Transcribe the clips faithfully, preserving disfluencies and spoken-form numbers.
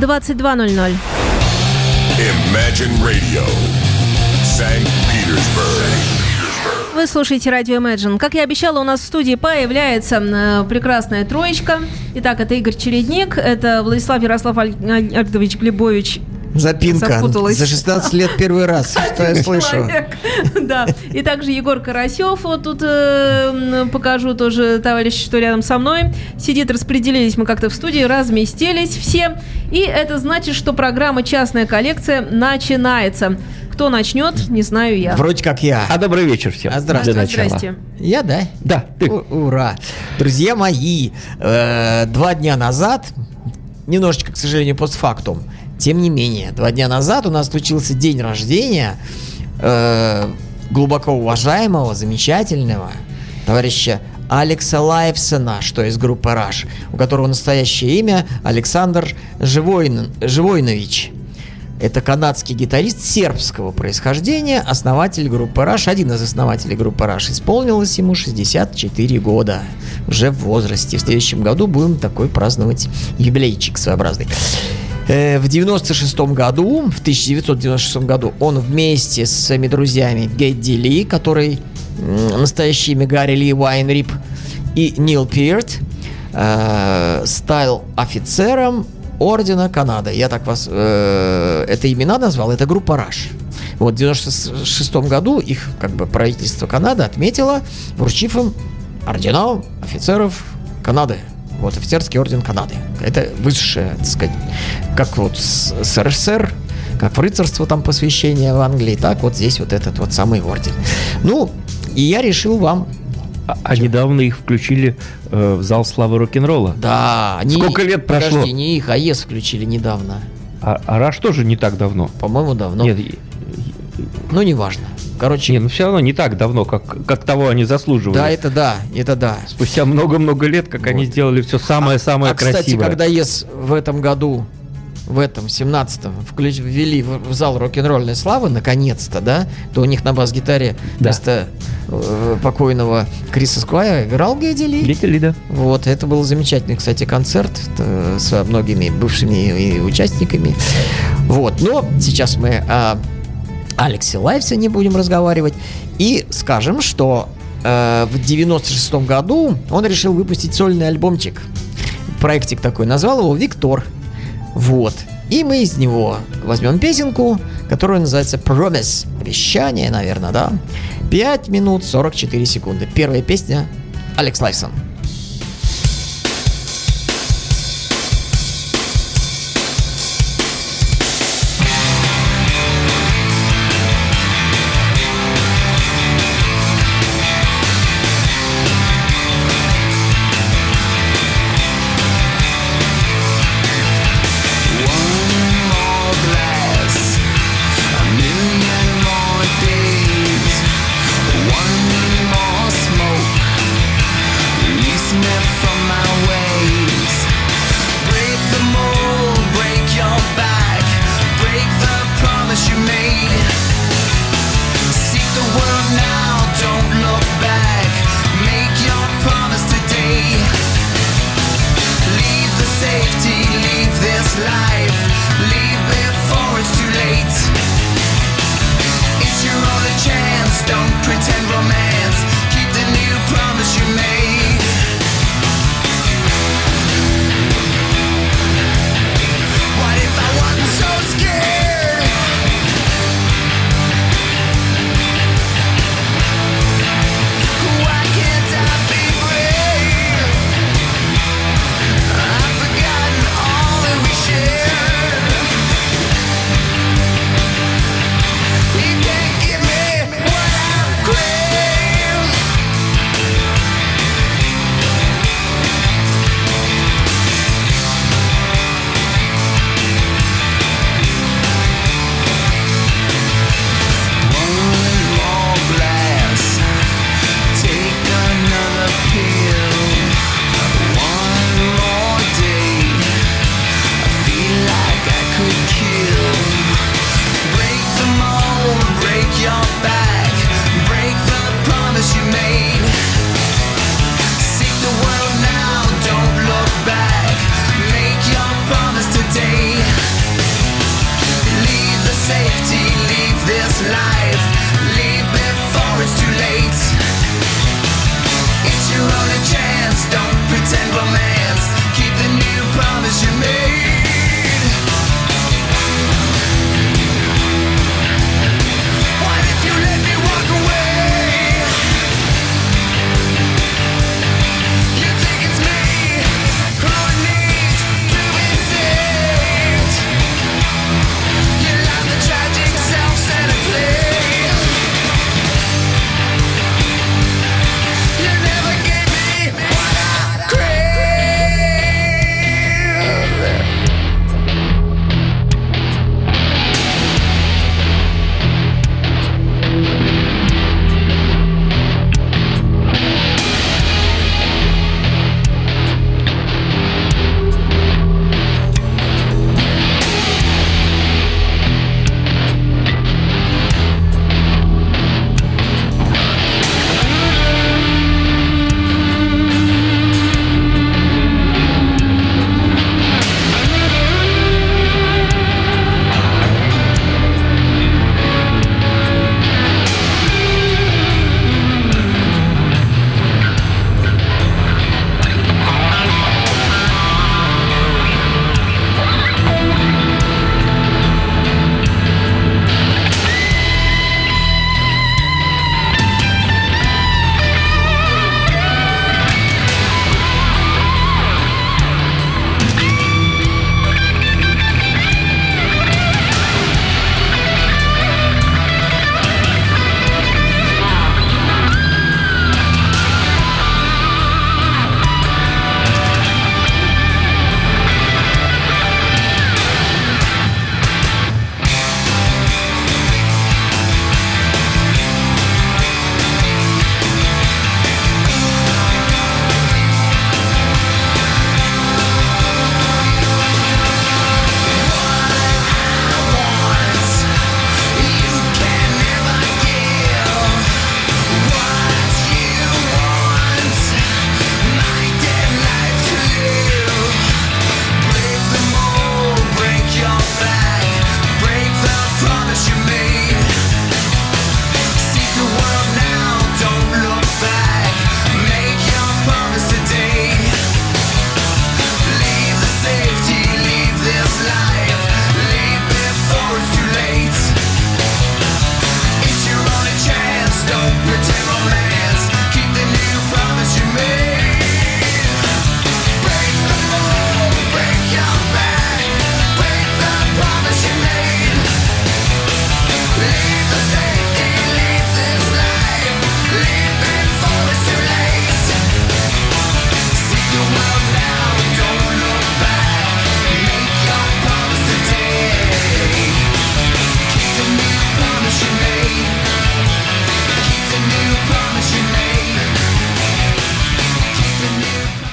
двадцать два ноль ноль. Imagine Radio, Санкт-Петербург. Вы слушаете радио Imagine. Как я обещала, у нас в студии появляется э, прекрасная троечка. Итак, это Игорь Чередник, это Владислав Ярослав Альдович Глебович. Запинка. Запуталась. За шестнадцать лет первый раз, что я слышу. Да. И также Егор Карасев. Вот тут э, покажу тоже товарищ, что рядом со мной. Сидит, распределились мы как-то в студии, разместились все. И это значит, что программа «Частная коллекция» начинается. Кто начнет, не знаю я. Вроде как я. А добрый вечер всем. А здравствуйте. Здрасте. Я, да? Да, ты. У- ура. Друзья мои, э, два дня назад, немножечко, к сожалению, постфактум, тем не менее, два дня назад у нас случился день рождения э, глубоко уважаемого, замечательного товарища Алекса Лайфсона, что из группы Rush, у которого настоящее имя Александр Живойн, Живойнович. Это канадский гитарист сербского происхождения, основатель группы Rush, один из основателей группы Rush. Исполнилось ему шестьдесят четыре года, уже в возрасте. В следующем году будем такой праздновать юбилейчик своеобразный. В девяносто шестом году, в тысяча девятьсот девяносто шестом году, он вместе с своими друзьями Гэдди Ли, который настоящее имя Гарри Ли Вайнрип, и Нил Пирт, э, стал офицером Ордена Канады. Я так вас э, это имена назвал, это группа Rush. Вот в девяносто шестом году их как бы правительство Канады отметило, вручив им ордена офицеров Канады. Вот, офицерский орден Канады. Это высшее, так сказать, как вот СССР, как в рыцарство там посвящение в Англии, так вот здесь вот этот вот самый орден. Ну, и я решил вам... А, а недавно их включили э, в зал славы рок-н-ролла. Да, они... Сколько лет прошло? Подожди, не их, а ЕС включили недавно. А, а Rush тоже не так давно. По-моему, давно. Нет, ну, неважно. Короче... Не, ну все равно не так давно, как, как того они заслуживали. Да, это да, это да. Спустя много-много лет, как вот. Они сделали все самое-самое а, а, кстати, красивое. Когда ЕС в этом году, в этом семнадцатом, включ... ввели в, в зал рок-н-ролльной славы, наконец-то, да, то у них на бас-гитаре да. вместо э, покойного Криса Сквайра играл Гэдди Ли. Гэдди Ли, да. Вот, это был замечательный, кстати, концерт э, с многими бывшими участниками. Вот, но сейчас мы... Э, Алексе Лайфсоне будем разговаривать. И скажем, что э, в девяносто шестом году он решил выпустить сольный альбомчик. Проектик такой, назвал его «Виктор». Вот. И мы из него возьмем песенку, которая называется «Promise». Обещание, наверное, да? пять минут сорок четыре секунды. Первая песня Алекс Лайфсон. One more smoke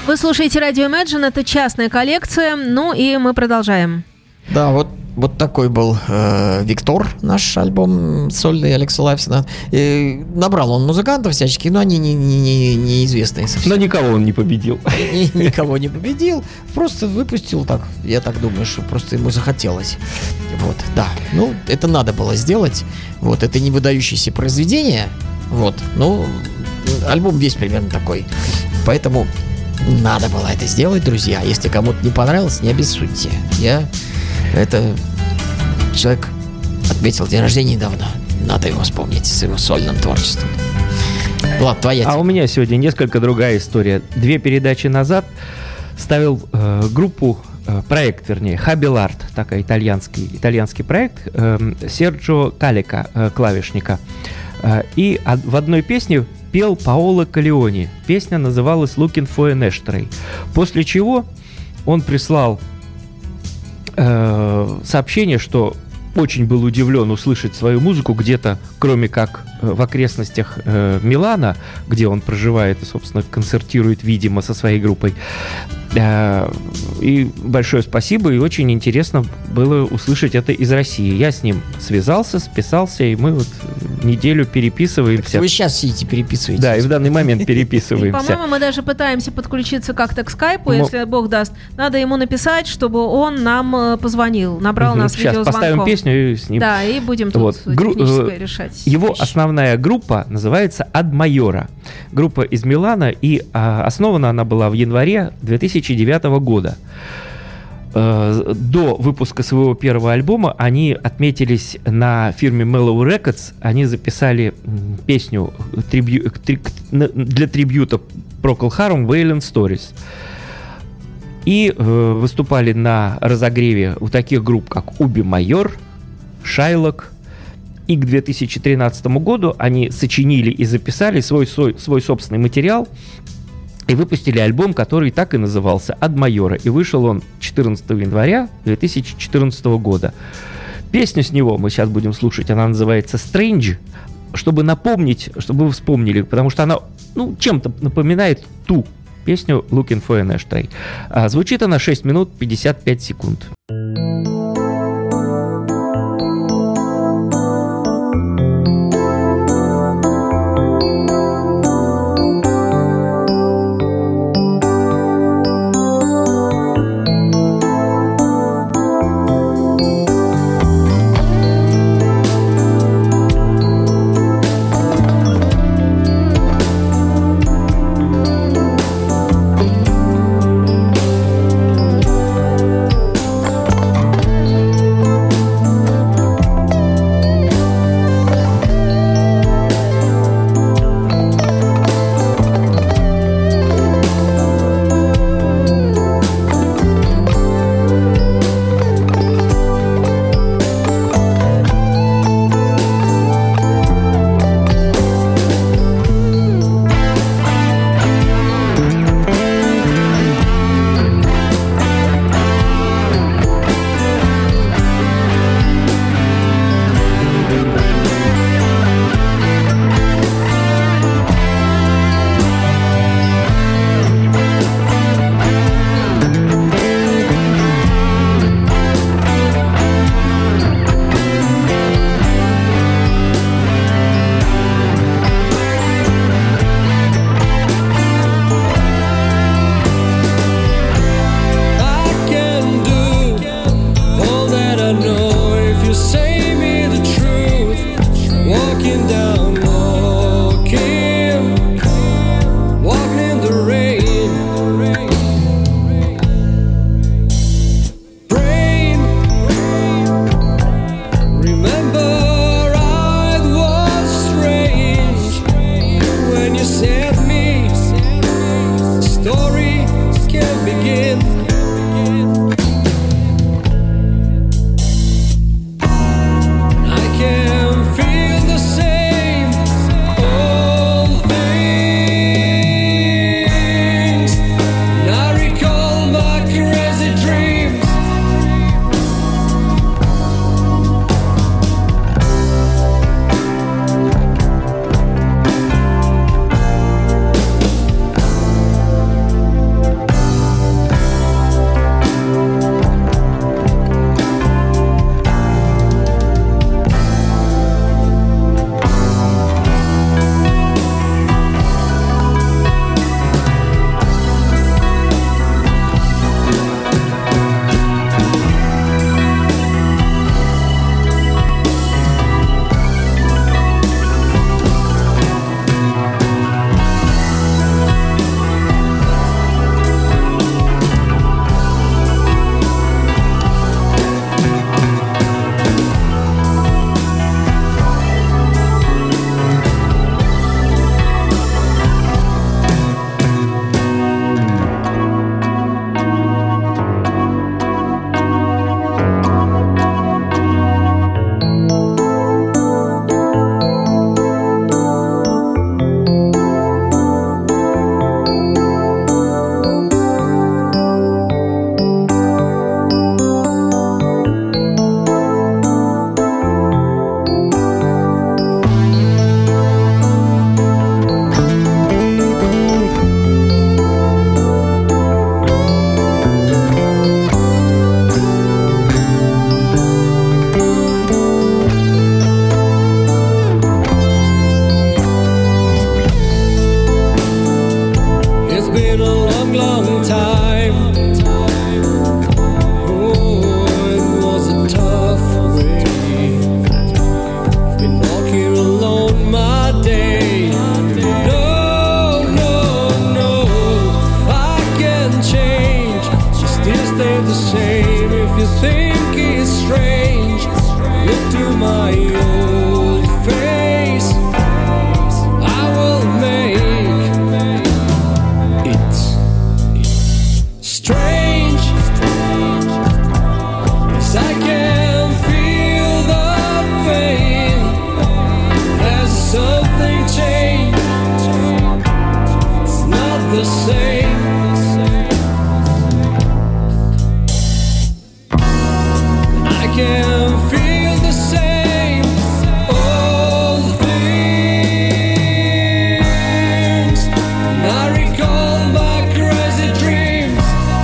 Вы слушаете радио Imagine, это частная коллекция, ну и мы продолжаем. Да, вот, вот такой был э, Виктор, наш альбом сольный Алекса Лайфсона. Э, набрал он музыкантов всяческих, но они не, не, не, неизвестные совсем. Но никого он не победил. Ни, никого не победил, просто выпустил так, я так думаю, что просто ему захотелось. Вот, да, ну, это надо было сделать. Вот, это не выдающееся произведение, вот, ну, альбом весь примерно такой. Поэтому надо было это сделать, друзья. Если кому-то не понравилось, не обессудьте. Я... Это человек отметил день рождения недавно. Надо его вспомнить с его сольным творчеством. Влад, твоя тема. А у меня сегодня несколько другая история. Две передачи назад ставил э, группу, э, проект, вернее, Хабилард, такой итальянский, итальянский проект, э, Серджио Калика, э, клавишника. Э, и од- в одной песне пел Паоло Калеони. Песня называлась «Looking for an Ashtray». После чего он прислал сообщение, что очень был удивлен услышать свою музыку где-то, кроме как в окрестностях э, Милана, где он проживает и, собственно, концертирует, видимо, со своей группой. Э, и большое спасибо, и очень интересно было услышать это из России. Я с ним связался, списался, и мы вот неделю переписываемся. Вы сейчас сидите, переписываете. Да, и в данный момент И, переписываемся. по-моему, мы даже пытаемся подключиться как-то к скайпу, Но- если Бог даст. Надо ему написать, чтобы он нам э, позвонил, набрал Мгм. нас Сейчас видеозвонком. поставим песню и с ним. Да, и будем тут Вот. Гру- техническое э, решать. Его вещи. основная группа называется «Ад Майора». Группа из Милана, и а, основана она была в январе две тысячи девятого года. Э, До выпуска своего первого альбома они отметились на фирме Mellow Records. Они записали м, песню трибью- три- на- для трибьюта Procol Harum «Wailing Stories». И э, выступали на разогреве у таких групп, как Уби Майор, Шайлок. И к две тысячи тринадцатому году они сочинили и записали свой, свой, свой собственный материал и выпустили альбом, который так и назывался «Ад Майора». И вышел он четырнадцатого января две тысячи четырнадцатого года. Песню с него мы сейчас будем слушать, она называется «Strange», чтобы напомнить, чтобы вы вспомнили, потому что она, ну, чем-то напоминает ту песню «Looking for an Ashtray». А звучит она шесть минут пятьдесят пять секунд. long time. Oh, it was a tough way. Been walking alone my day. No, no, no, I can't change. She still stays the same. If you think it's strange, look to my old face. I will make it strange, 'cause I can feel the pain. There's something changed. It's not the same. I can feel the same old things. And I recall my crazy dreams.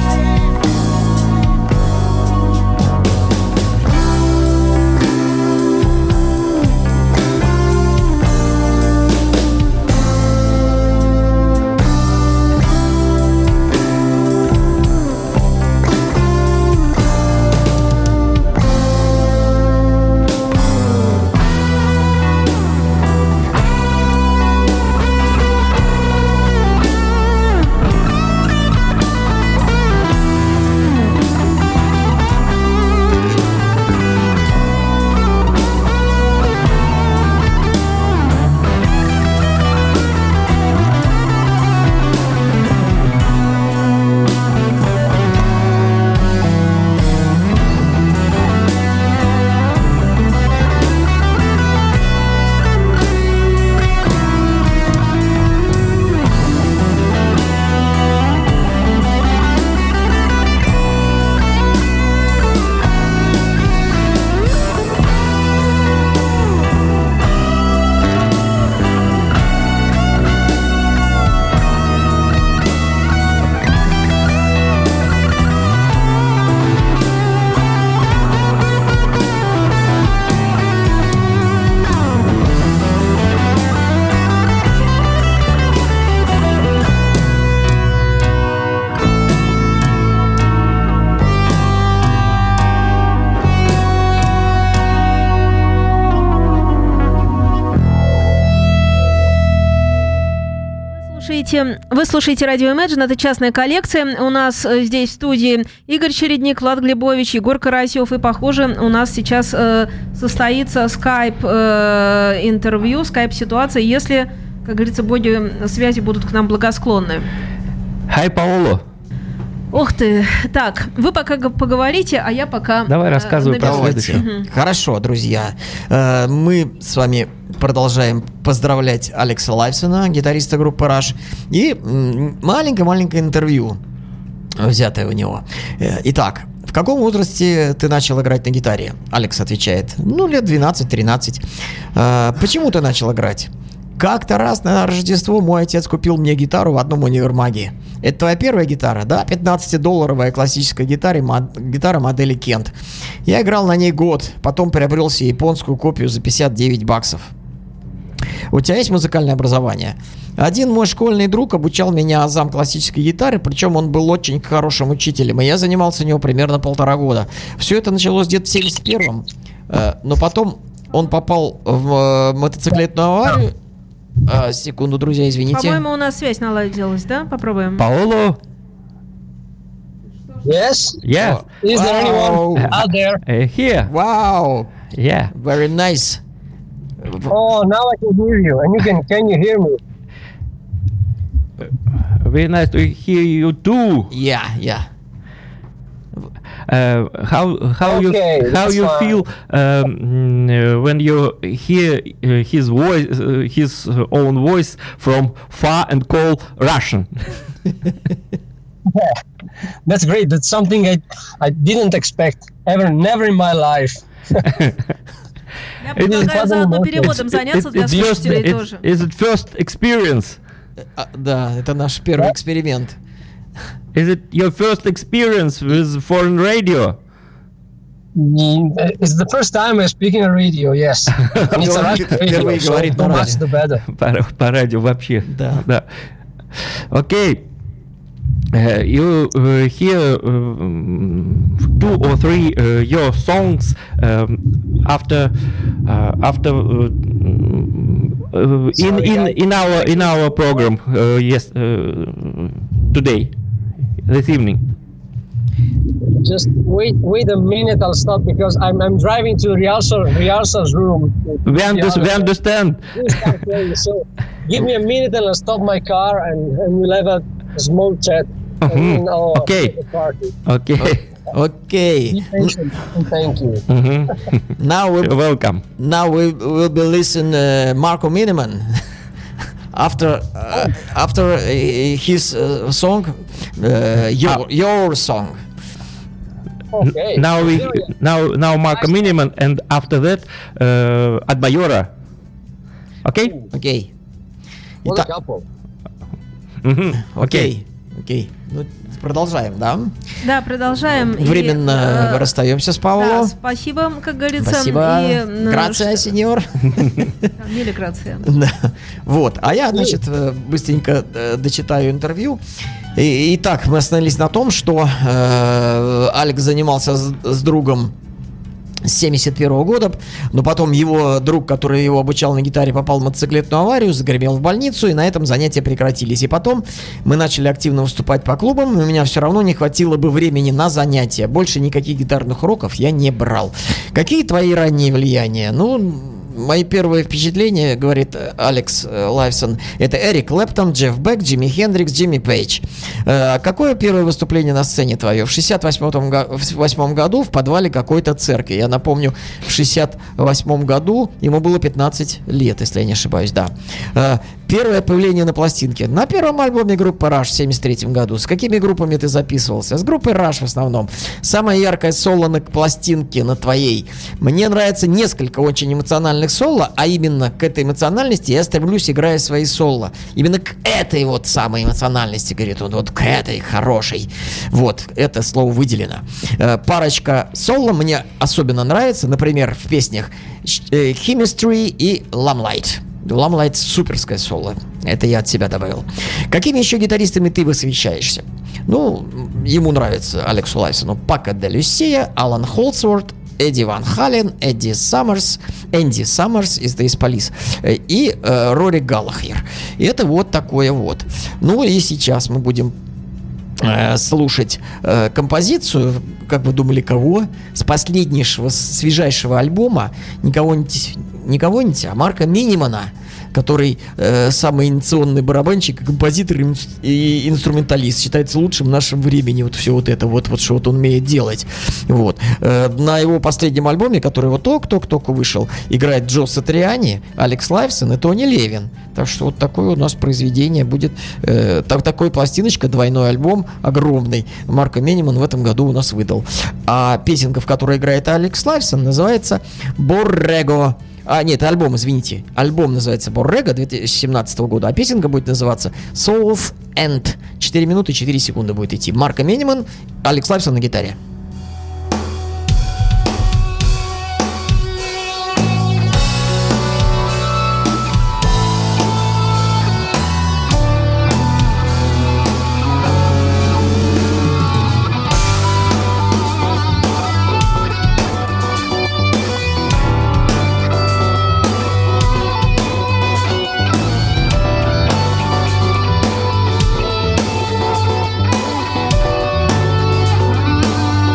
Вы слушаете радио Imagine, это частная коллекция. У нас здесь в студии Игорь Чередник, Влад Глебович, Егор Карасев. И, похоже, у нас сейчас э, состоится скайп-интервью, э, скайп-ситуация, если, как говорится, боги связи будут к нам благосклонны. Хай, Паоло. Ух ты. Так, вы пока поговорите, а я пока... Давай рассказывай про следующее. Угу. Хорошо, друзья. Э, Мы с вами продолжаем поздравлять Алекса Лайфсона, гитариста группы Rush, и м, маленькое-маленькое интервью, взятое у него. Э, Итак, в каком возрасте ты начал играть на гитаре? Алекс отвечает: ну, лет двенадцать-тринадцать. Э, Почему ты начал играть? Как-то раз на Рождество мой отец купил мне гитару в одном универмаге. Это твоя первая гитара? Да, пятнадцатидолларовая классическая гитара, мод, гитара модели Kent. Я играл на ней год, потом приобрел себе японскую копию за пятьдесят девять баксов. У тебя есть музыкальное образование? Один мой школьный друг обучал меня азам классической гитары, причем он был очень хорошим учителем, и я занимался у него примерно полтора года. Все это началось где-то в семьдесят первом, но потом он попал в мотоциклетную аварию. А, секунду, друзья, извините. По-моему, у нас связь наладилась, да? Попробуем. Паоло? Yes? Yeah. Is there anyone Wow. out there? Uh, here. Wow, Yeah. very nice. Oh, now I can hear you. And you can, can you hear me? Very nice to hear you too. Yeah, yeah. Uh, how how Okay, you how that's you fine. feel um, uh, when you hear uh, his voice, uh, his uh, own voice from far and cold Russian? That's great. That's something I, I didn't expect ever, never in my life. Я предлагаю заодно переводом заняться для it's just- слушателей it's- тоже. Is it first experience? А, да, это наш первый эксперимент. Is it your first experience with foreign radio? Mm, It's the first time I'm speaking on radio, yes. And it's a Russian radio, Впервые so говорит so на much радио. the better. По, по радио вообще. Да. Да. Окей. uh, you uh, hear uh, two or three uh, your songs um, after uh, after uh, uh, in Sorry, in I- in our in our program uh, yes uh, today this evening. Just wait, wait a minute. I'll stop because I'm I'm driving to rehearsal rehearsal's room. We, under- we understand. Please can't hear you. So give me a minute and I'll stop my car and, and we'll have a small chat. And Mhm. then I'll Okay. the party. Okay. Окей. Be patient and thank you. Mhm. Now we Welcome. now we will be listen uh, Marco Miniman. After uh, after uh, his uh, song, uh, your your song. Okay. Now we Here are. now now Marco Miniman, and after that uh, Ad Majora. Okay. Окей. What a Итак, couple. Мгм. окей. Окей. Ну, продолжаем, да? Да, продолжаем. И, Временно э, расстаемся с Да, Пауло. спасибо, как говорится. Спасибо. И, м, Грация, ш- сеньор. Мили грация. Да. Вот. А я, значит, э, быстренько э, дочитаю интервью. И- Итак, мы остановились на том, что э, Алекс занимался с, с другом с семьдесят первого года, но потом его друг, который его обучал на гитаре, попал в мотоциклетную аварию, загремел в больницу, и на этом занятия прекратились. И потом мы начали активно выступать по клубам, и у меня все равно не хватило бы времени на занятия. Больше никаких гитарных уроков я не брал. Какие твои ранние влияния? Ну, мои первые впечатления, говорит э, Алекс э, Лайфсон, это Эрик Клэптон, Джефф Бек, Джимми Хендрикс, Джимми Пейдж. Э, какое первое выступление на сцене твое? В шестьдесят восьмом го- в восьмом году в подвале какой-то церкви. Я напомню, в шестьдесят восьмом году ему было пятнадцать лет, если я не ошибаюсь, да. Э, первое появление на пластинке. На первом альбоме группы Rush в семьдесят третьем году. С какими группами ты записывался? С группой Rush в основном. Самое яркое соло на пластинке на твоей. Мне нравится несколько очень эмоциональных соло, а именно к этой эмоциональности я стремлюсь, играя свои соло. Именно к этой вот самой эмоциональности, говорит он, вот к этой хорошей. Вот, это слово выделено. Э, Парочка соло мне особенно нравится, например, в песнях э, Chemistry и Lamplight. Lamplight суперское соло. Это я от себя добавил. Какими еще гитаристами ты восхищаешься? Ну, ему нравится Алексу Лайфсону Пако де Люсия, Алан Холдсворт, Эдди Ван Хален, Эдди Саммерс, Энди Саммерс из The Police э, и э, Рори Галлахер. И это вот такое вот. Ну и сейчас мы будем э, слушать э, композицию, как вы думали, кого? С последнейшего, с свежайшего альбома, никого-нибудь, никого-нибудь, а Марка Минимана, который э, самый инициационный барабанщик, композитор и, инс- и инструменталист, считается лучшим в нашем времени, вот все вот это вот, вот что вот он умеет делать. Вот. Э, на его последнем альбоме, который вот только-только вышел, играет Джо Сатриани, Алекс Лайфсон и Тони Левин. Так что вот такое у нас произведение будет, э, так, такой пластиночка, двойной альбом, огромный. Марко Миниман в этом году у нас выдал. А песенка, в которой играет Алекс Лайфсон, называется «Боррего». А, нет, альбом, извините. Альбом называется «Боррега» две тысячи семнадцатого года, а песенка будет называться «South End». четыре минуты четыре секунды будет идти. Марко Миниман, Алекс Лайфсон на гитаре. Borrego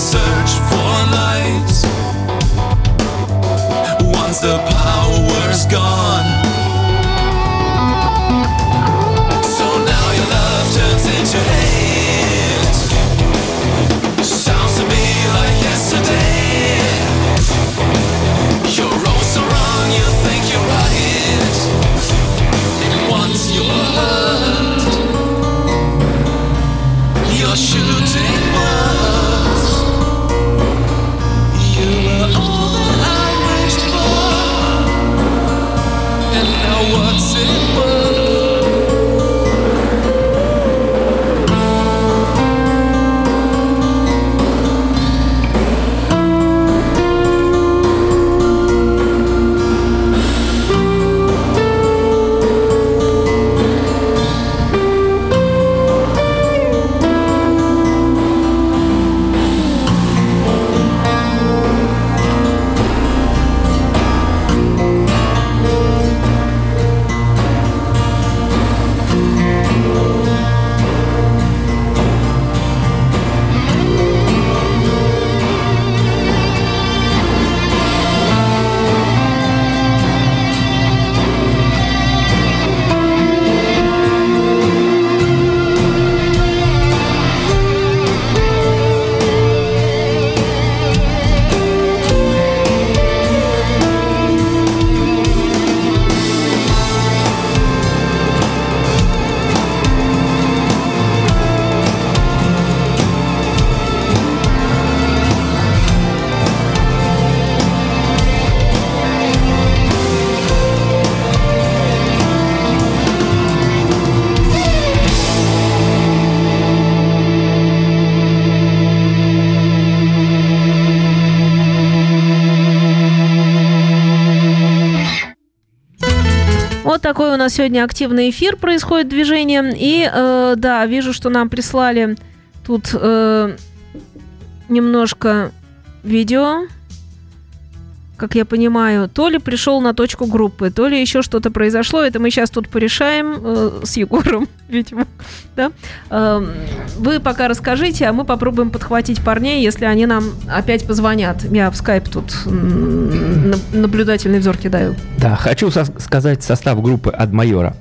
search for light. Once the power's gone, so now your love turns into hate. Sounds to me like yesterday. You're all so wrong, you think you're right. Once you were hurt, you're shooting words. You were all that I wished for, and now what's it worth? Вот такой у нас сегодня активный эфир, происходит движение. И, э, да, вижу, что нам прислали тут э, немножко видео. Как я понимаю, то ли пришел на точку группы, то ли еще что-то произошло. Это мы сейчас тут порешаем э, с Егором, видимо. Да? Э, вы пока расскажите, а мы попробуем подхватить парней, если они нам опять позвонят. Я в скайп тут м- наблюдательный взор кидаю. Да, хочу со- сказать состав группы «Адмайора».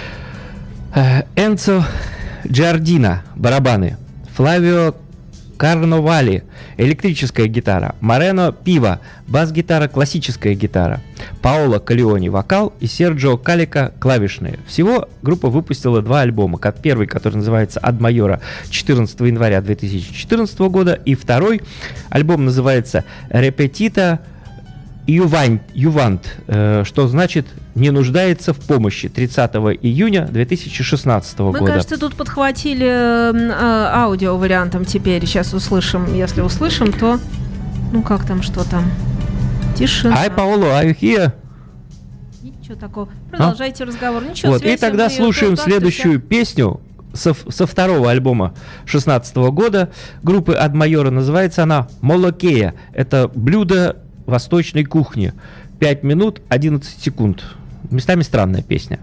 Э, Энцо Джардино, барабаны. Флавио Карновали, электрическая гитара. Морено Пива, бас-гитара, классическая гитара. Паоло Каллиони, вокал, и Серджио Калика, клавишные. Всего группа выпустила два альбома. Первый, который называется «Адмайора», четырнадцатого января две тысячи четырнадцатого года, и второй альбом называется «Репетита Ювант», Ювант, э, что значит «не нуждается в помощи», тридцатого июня две тысячи шестнадцатого Мы, года. кажется, тут подхватили э, аудио вариантом теперь. Сейчас услышим. Если услышим, то... Ну, как там, что там? Тишина. Hi, Paolo, are you here? Ничего такого. Продолжайте а? разговор. Ничего, вот, и тогда слушаем следующую песню со, со второго альбома шестнадцатого года группы «Адмайора». Называется она «Молокея». Это блюдо восточной кухни. пять минут одиннадцать секунд. Местами странная песня.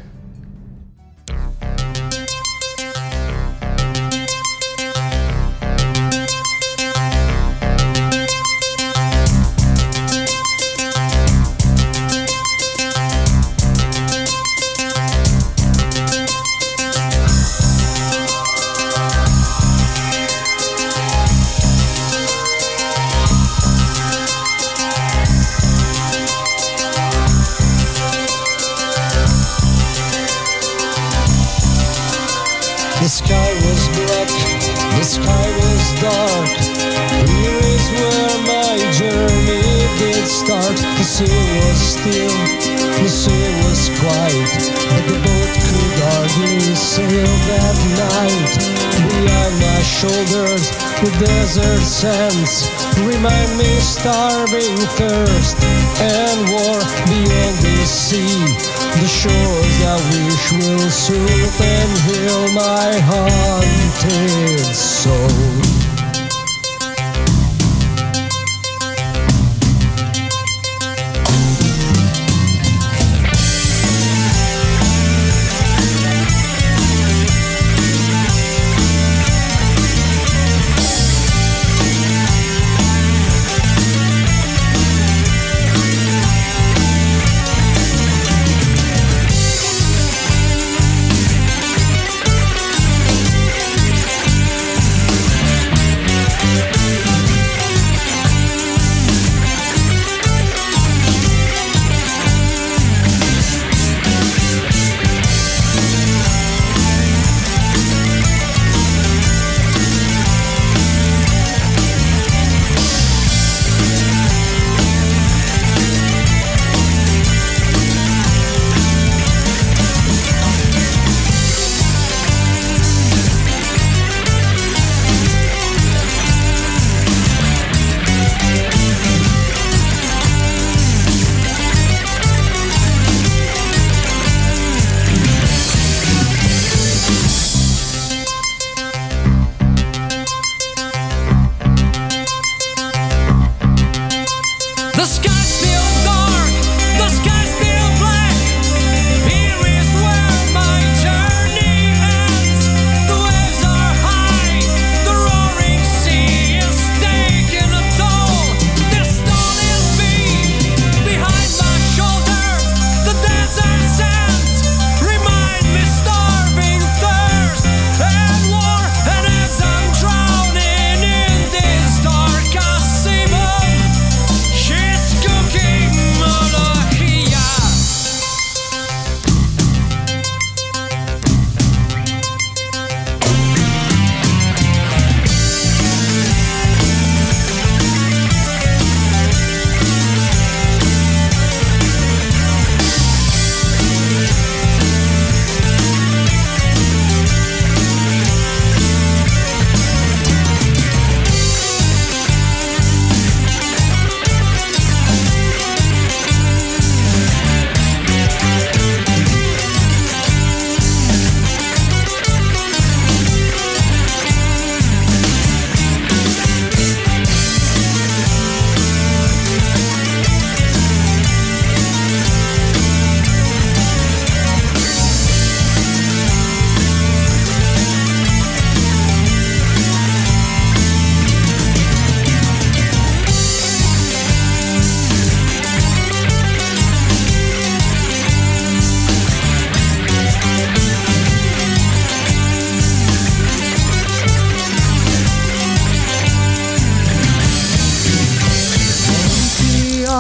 The sky was black, the sky was dark. Here is where my journey did start. The sea was still, the sea was quiet, but the boat could hardly sail that night. Behind my shoulders, the desert sands remind me starving thirst and war beyond the sea. The shores I wish will soothe and heal my haunted soul.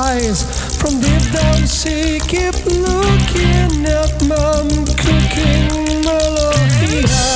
eyes. From deep down sea, keep looking at mom cooking Melohia.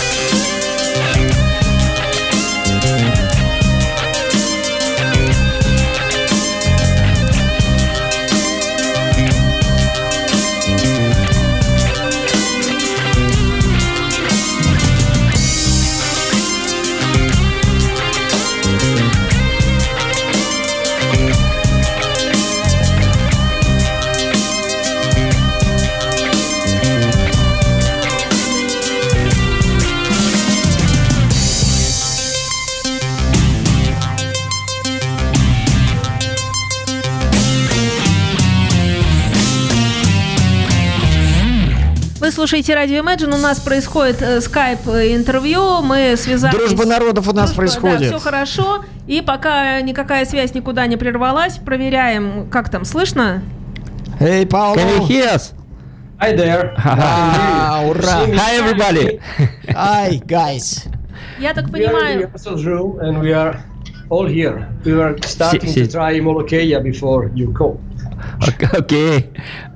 Вы слушаете радио Imagine, у нас происходит э, скайп-интервью, мы связались... Дружба народов у нас Дружба, происходит. Да, все хорошо, и пока никакая связь никуда не прервалась, проверяем, как там, слышно? Эй, Пауло! Can you hear us? Hi there. А, ура! Hi, everybody. Hi, guys! Я так We are in понимаю... the rehearsal room and we are all here. We were starting Si- si. to try Molokeia before you called. Okay. okay.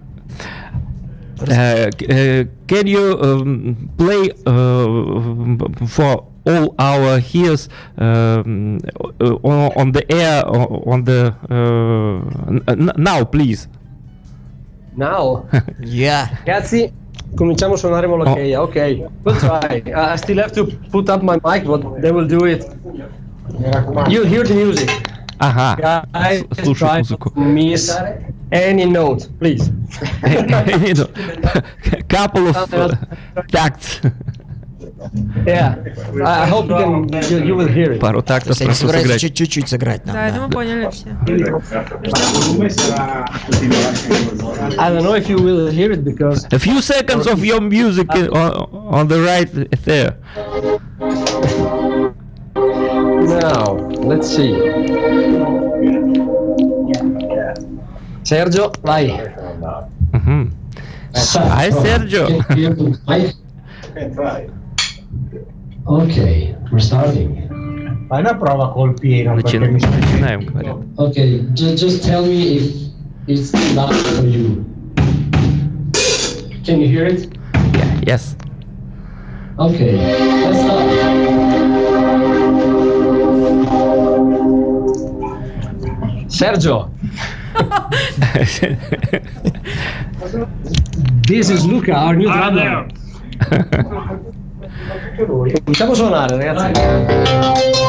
Uh, c- uh, can you um, play uh, for all our hears um, uh, on, on the air on the uh, n- now, please? Now, Yeah. ragazzi, cominciamo a suonare Molokeia. Ok, we'll try. Uh, I still have to put up my mic, but they will do it. You hear the music. Ага. Guys, С- слушай try музыку. to miss any note, please. You know, couple of uh, tacts. Yeah, I hope you can. You, you will hear it. Пару То тактов есть они просто собираются сыграть. чуть- чуть-чуть сыграть нам. Да, это да. мы поняли все. I don't know if you will hear it because A few seconds of your music in- on, on the right there. now, let's see. Sergio, vai. Мгм. Hi, Sergio. Okay, we're starting. Fai una prova col pieno perché Начи- mi stai Начинаем, говорят. Okay, just, just tell me if it's loud for you. Can you hear it? Yeah, yes. Okay, let's start. Sergio, this is Luca, our new drummer. Cominciamo a suonare, ragazzi.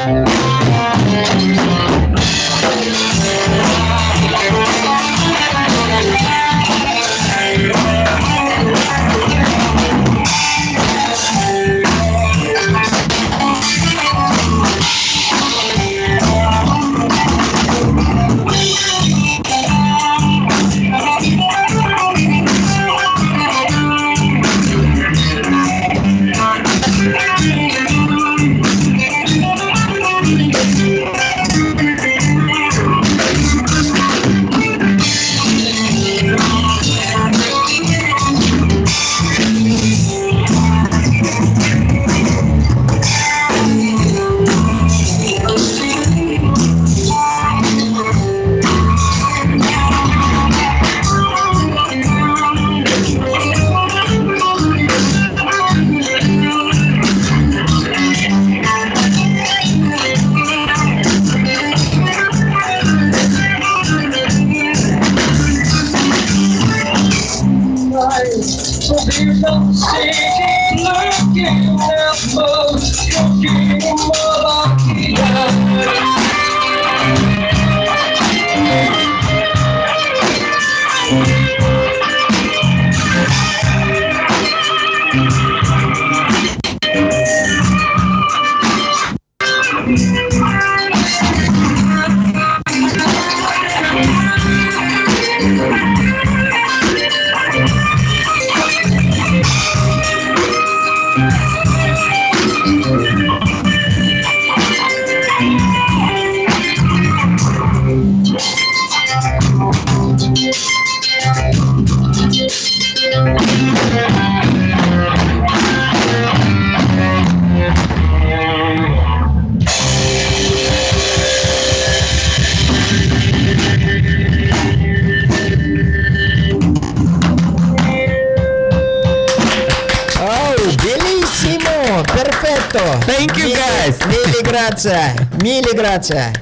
Thank you, guys. Mille grazie. Mille grazie.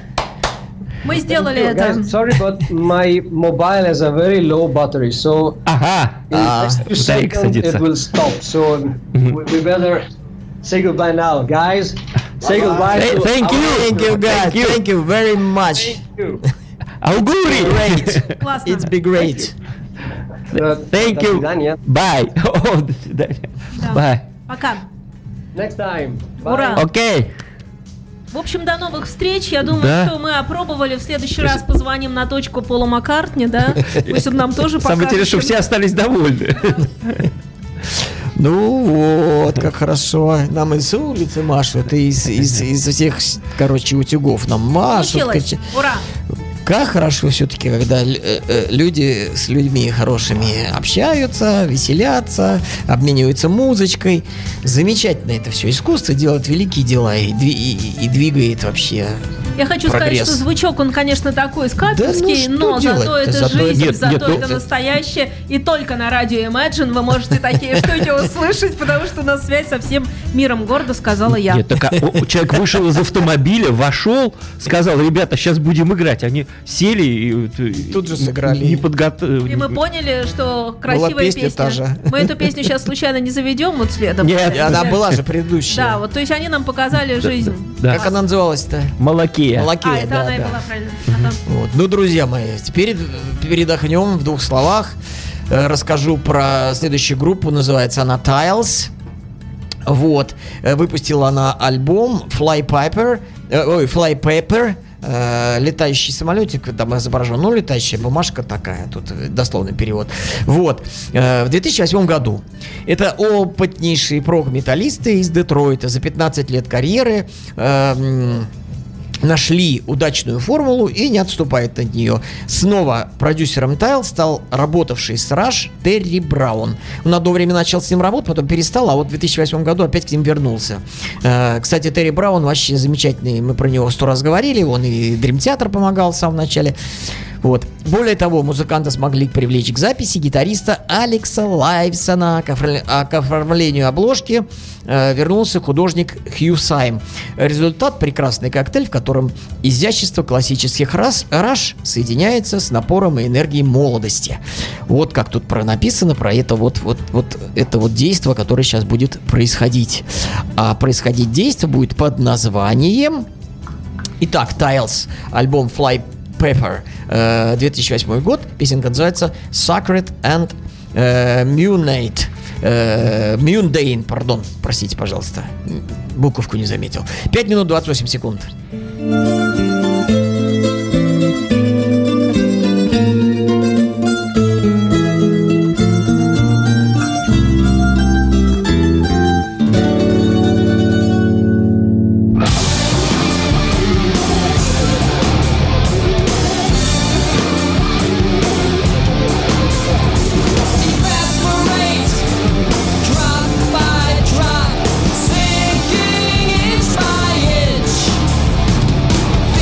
Мы сделали это. Guys, sorry, but my mobile has a very low battery, so Ага. in Ah. next few Батарейка seconds садится. it will stop. So we, we better say goodbye now, guys. Say goodbye. Th- to thank our- you. Thank you, guys. Thank you very much. Thank you. Аугури! Great. Классно. It's be great. Uh, Thank до you. свидания. Bye. О, до свидания. Да. Bye. Пока. Next time. Bye. Ура. Окей. В общем, до новых встреч. Я думаю, Да. что мы опробовали. В следующий раз позвоним на точку Пола Маккартни, да? Пусть он нам тоже покажет. Самое интересное, что все остались довольны. Ну вот, как хорошо. Нам и с улицы машут, и из, из, из всех, короче, утюгов нам машут. Получилось. кричат. Ура. Как хорошо все-таки, когда э, э, люди с людьми хорошими общаются, веселятся, обмениваются музычкой. Замечательно это все. Искусство делает великие дела и, дви- и- и двигает вообще. Я хочу Прогресс. сказать, что звучок, он, конечно, такой скаперский, Да ну что но зато делать-то? это Зато жизнь, Нет, зато нет, ну- это настоящее. И только на радио Imagine вы можете такие штуки услышать, потому что у нас связь со всем миром, гордо сказала я. Нет, так, а, о, человек вышел из автомобиля, вошел, сказал: ребята, сейчас будем играть. Они сели и, и- Тут же сыграли. Не подготовили. И мы поняли, что красивая песня песня. та же. Мы эту песню сейчас случайно не заведем вот следом. Нет, И она была же предыдущая. Да, вот, то есть они нам показали жизнь. Да. Как она называлась-то? Молокея. Молокея, А, это да, она и да. была, правильно. Ага. Вот. Ну, друзья мои, теперь передохнем в двух словах. Э, Расскажу про следующую группу. Называется она Tiles. Вот. Э, Выпустила она альбом Fly Piper. э, Ой, Fly Paper. э, Летающий самолетик, там изображен, ну, летающая бумажка такая, тут э, дословный перевод. Вот. Э, В две тысячи восьмом году. Это опытнейшие прог-металлисты из Детройта за пятнадцать лет карьеры. э, м, Нашли удачную формулу и не отступает от нее. Снова продюсером Тайл стал работавший с Rush Терри Браун. Он одно время начал с ним работать, потом перестал, а вот в две тысячи восьмом году опять к ним вернулся. Э, Кстати, Терри Браун вообще замечательный, мы про него сто раз говорили, он и Dream Theater помогал в самом начале. Вот. Более того, музыканты смогли привлечь к записи гитариста Алекса Лайвсона. К оформля- а к оформлению обложки э, вернулся художник Хью Сайм. Результат — прекрасный коктейль, в котором изящество классических рас, раш соединяется с напором и энергией молодости. Вот как тут про написано, про это вот, вот, вот это вот действо, которое сейчас будет происходить. А происходить действо будет под названием Итак, Tiles, альбом Fly Paper, э, две тысячи восьмой год. Песенка называется Sacred and э, Munate. Э, Mundane, пардон, простите, пожалуйста. Буковку не заметил. пять минут двадцать восемь секунд. Drop by drop, sinking inch by inch.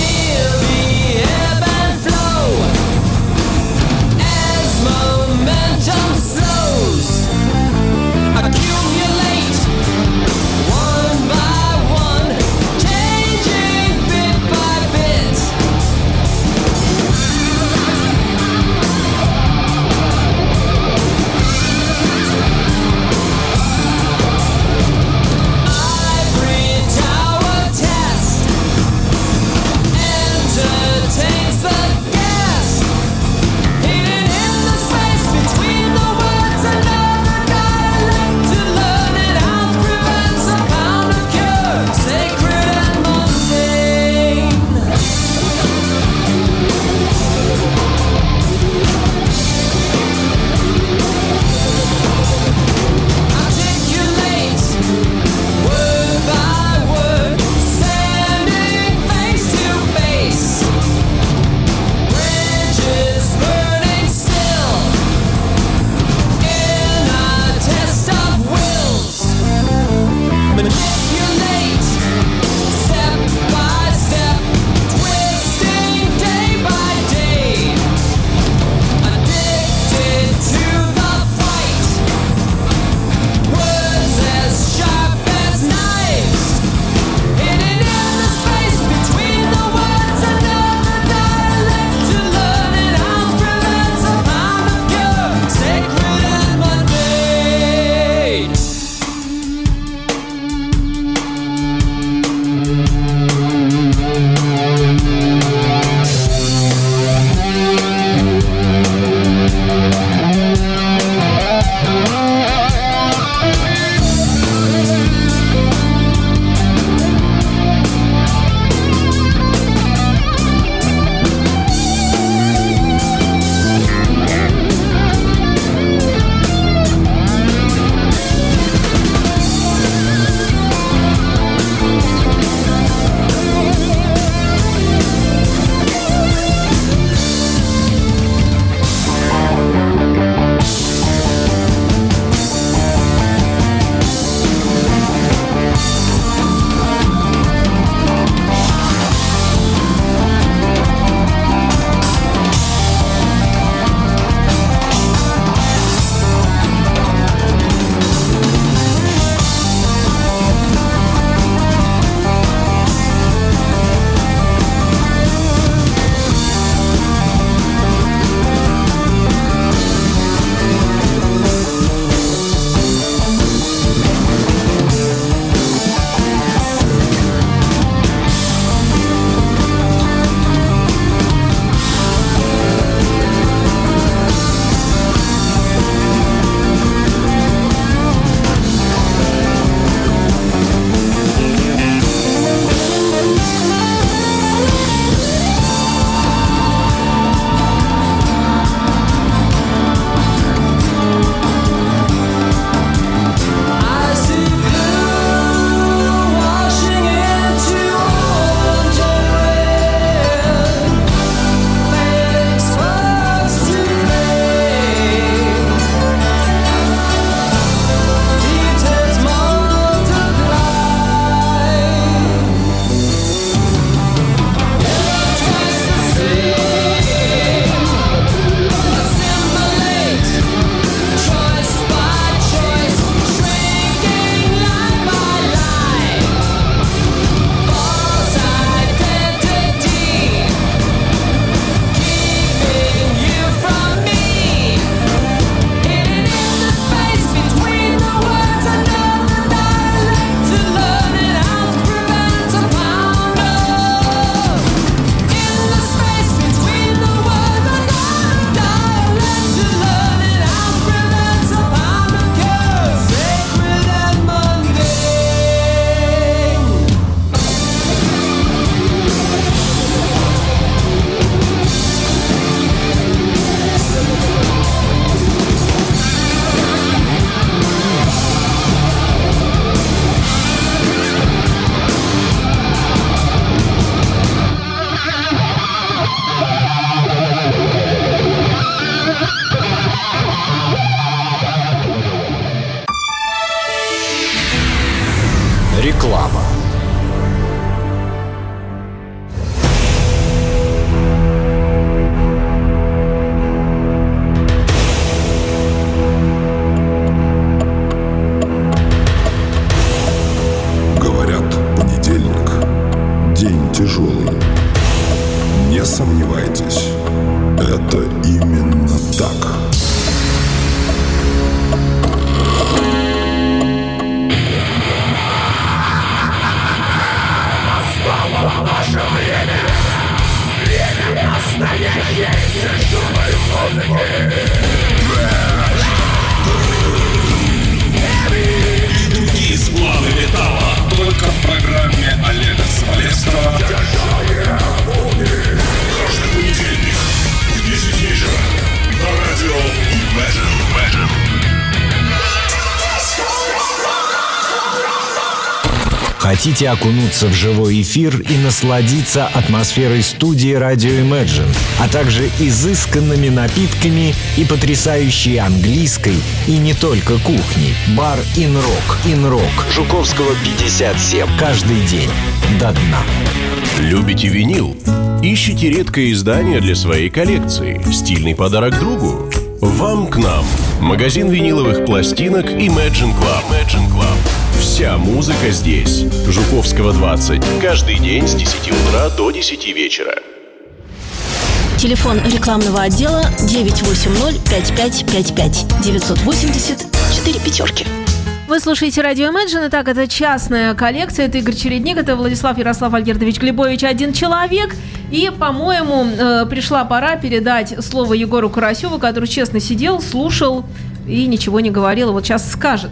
тяжелый. Не сомневайтесь, это именно так. Настало наше время. Время настоящей тяжелой музыки. И другие сплавы металла. Только в программе Олега Смолецкого. Каждый понедельник в десять вечера на радио Imagine. Хотите окунуться в живой эфир и насладиться атмосферой студии Radio Imagine, а также изысканными напитками и потрясающей английской и не только кухней. Бар Инрок, Инрок, Жуковского пятьдесят семь. Каждый день до дна. Любите винил? Ищите редкое издание для своей коллекции? Стильный подарок другу? Вам к нам. Магазин виниловых пластинок Imagine Club. Imagine Club. Вся музыка здесь. Жуковского двадцать. Каждый день с десяти утра до десяти вечера. Телефон рекламного отдела девять восемь ноль пять пять пять пять девятьсот восемьдесят четыре пятерки. Вы слушаете радио Imagine. Итак, это частная коллекция. Это Игорь Чередник, это Владислав Ярослав Альгердович Глебович, один человек. И, по-моему, э, пришла пора передать слово Егору Карасеву, который честно сидел, слушал и ничего не говорил. Вот сейчас скажет.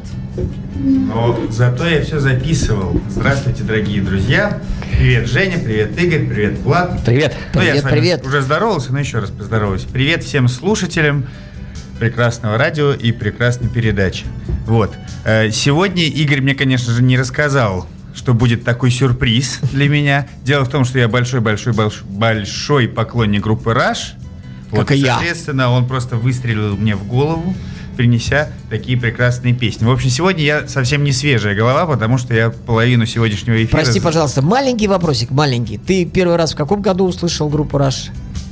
Но зато я все записывал. Здравствуйте, дорогие друзья. Привет, Женя, привет, Игорь, привет, Влад. Привет. Ну, Привет, я с вами привет. уже здоровался, но еще раз поздороваюсь. Привет всем слушателям прекрасного радио и прекрасной передачи. Вот. Сегодня Игорь мне, конечно же, не рассказал, что будет такой сюрприз для меня. Дело в том, что я большой-большой-большой поклонник группы Rush. Как Вот, и я. соответственно, он просто выстрелил мне в голову, принеся такие прекрасные песни. В общем, сегодня я совсем не свежая голова, потому что я половину сегодняшнего эфира... Прости, пожалуйста, маленький вопросик, маленький. Ты первый раз в каком году услышал группу Rush?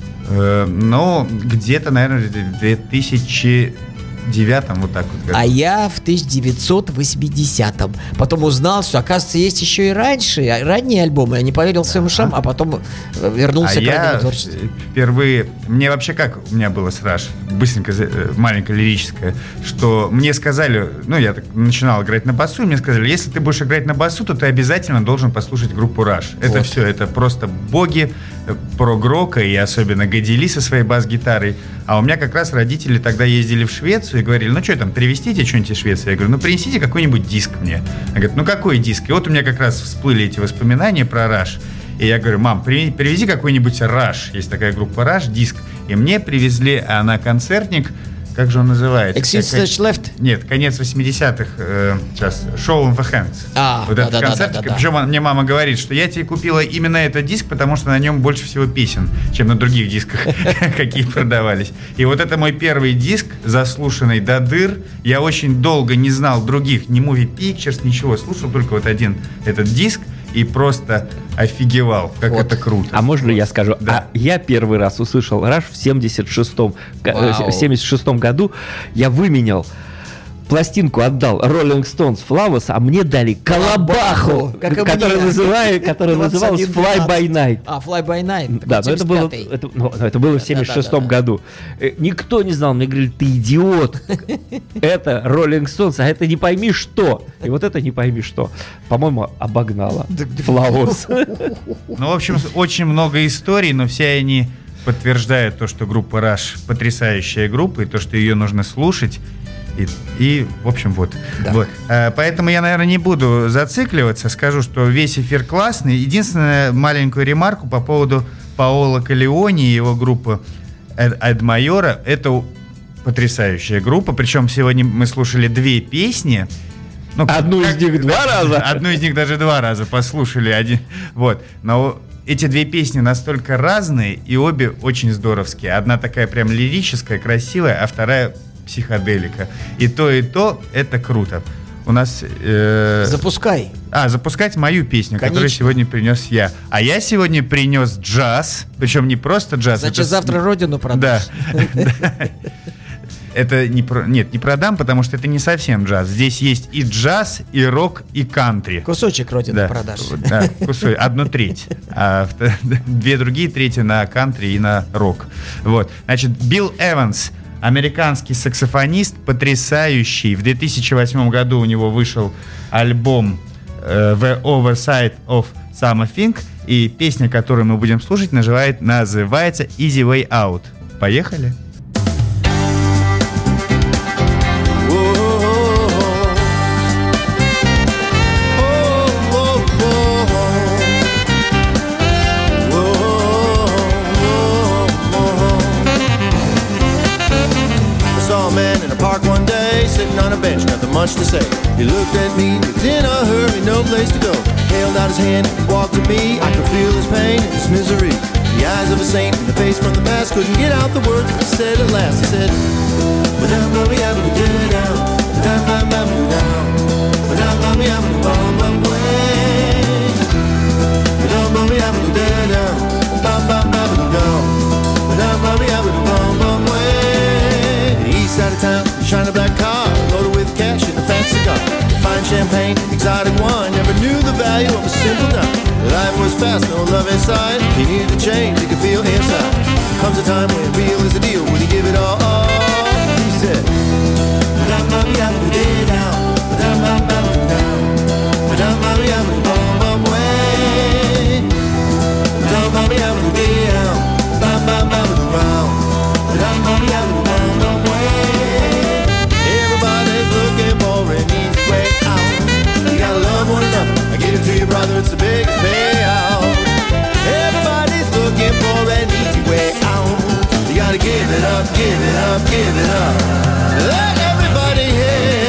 Э, ну, где-то, наверное, в две тысячи девятом, вот так вот. А я в тысяча девятьсот восьмидесятом. Потом узнал, что, оказывается, есть еще и раньше, ранние альбомы. Я не поверил своим ушам, а потом вернулся а к я раннему творчеству. впервые... Мне вообще как у меня было с Rush? Быстренько, маленькое лирическое, что мне сказали... Ну, я так начинал играть на басу, и мне сказали, если ты будешь играть на басу, то ты обязательно должен послушать группу Rush. Это Вот. все, это просто боги прог-рока, и особенно Гадили со своей бас-гитарой. А у меня как раз родители тогда ездили в Швецию и говорили, ну что там, привезите что-нибудь из Швеции? Я говорю, ну принесите какой-нибудь диск мне. Она говорит, ну какой диск? И вот у меня как раз всплыли эти воспоминания про Rush. И я говорю, мам, при- привези какой-нибудь Rush. Есть такая группа Rush, диск. И мне привезли, а на концертник, как же он называется? Exit Как- Stage Left? Нет, конец восьмидесятых, э, сейчас, Show in the Hands. А, вот да, этот да, да, концерт. да, да, да. Причем мне мама говорит, что я тебе купила именно этот диск, потому что на нем больше всего песен, чем на других дисках, какие продавались. И вот это мой первый диск, заслушанный до дыр. Я очень долго не знал других, ни Movie Pictures, ничего. Слушал только вот один этот диск и просто офигевал, как Вот. это круто. А можно я скажу? Да. А я первый раз услышал Rush в семьдесят шестом, га- э, Вау. в семьдесят шестом году. Я выменял пластинку, отдал Rolling Stones Flowers, а мне дали колобаху, Как и мне. которая, называю, которая называлась двадцать Fly один by двенадцать. Night. А, Fly by Night. Да, но это было, семьдесят пятый. это, ну, это было в семьдесят шестом Да-да-да-да. году. Э, Никто не знал, мне говорили, ты идиот. Это Rolling Stones, а это не пойми что. И вот это не пойми что. По-моему, обогнала Flowers. Ну, в общем, очень много историй, но все они подтверждают то, что группа Rush потрясающая группа, и то, что ее нужно слушать. И, и в общем, вот. Да. вот. А, поэтому я, наверное, не буду зацикливаться. Скажу, что весь эфир классный. Единственную маленькую ремарку по поводу Паоло Калеони и его группы Ad Majora. Это потрясающая группа. Причем сегодня мы слушали две песни. Ну, Одну как- из них два раза. Одну из них даже два раза послушали. Один. Вот. Но эти две песни настолько разные, и обе очень здоровские. Одна такая прям лирическая, красивая, а вторая психоделика. И то, и то это круто. У нас... э, Запускай. А, запускать мою песню, Конечно. которую сегодня принес я. А я сегодня принес джаз, причем не просто джаз. Значит, это с- завтра родину продашь. Да. это не про... Нет, не продам, потому что это не совсем джаз. Здесь есть и джаз, и рок, и кантри. Кусочек родины да. продашь. Да, кусочек, одну треть. А две другие трети на кантри и на рок. Вот. Значит, Билл Эванс, американский саксофонист, потрясающий. В две тысячи восьмом году у него вышел альбом uh, The Oversight of Something, и песня, которую мы будем слушать, называет, называется Easy Way Out. Поехали? On a bench, nothing much to say. He looked at me, was in a hurry, no place to go. Held out his hand, he walked to me. I could feel his pain and his misery. The eyes of a saint in the face from the past couldn't get out the words, but he said at last, he said, "Madame, mommy, I'm gonna get it down. Madame, mommy, I'm gonna down. Madame, mommy, I'm gonna bum bum way. Madame, mommy, I'm gonna get it down. Bum bum bum down. Madame, mommy, I'm gonna bum bum way." East side of town, shine a black car, loaded with cash and a fat cigar. Fine champagne, exotic wine, never knew the value of a simple dime. Life was fast, no love inside. He needed to change, he could feel inside. Comes a time when real is the deal, would he give it all? He said, "Madame, mommy, I'm gonna get it down. Madame, mommy, I'm gonna down. Madame, mommy, I'm gonna bum bum way. Madame, mommy, I'm gonna get it down. Bum bum bum round. Madame, mommy, I'm gonna bum bum way." Everybody's looking for an easy way out. You gotta love one another. I give it to you, brother, it's the biggest payout. Everybody's looking for an easy way out. You gotta give it up, give it up, give it up. Let everybody hear.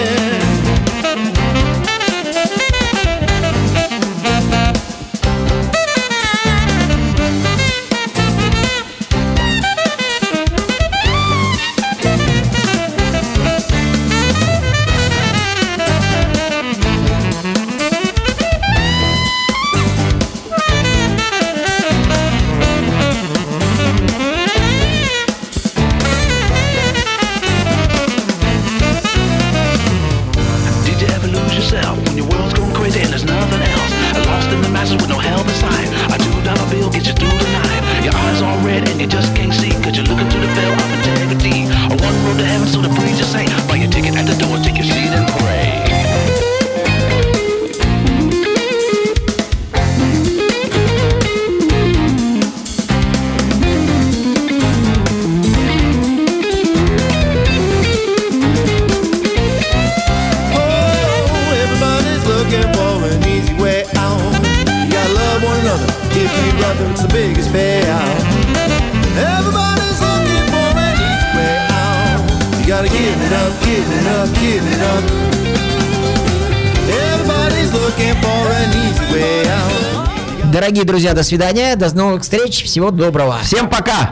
Дорогие друзья, до свидания, до новых встреч, всего доброго. Всем пока!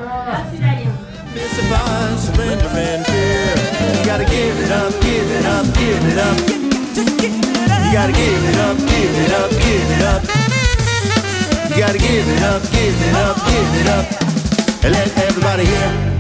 You gotta give it up, give it up, give it up, and let everybody hear.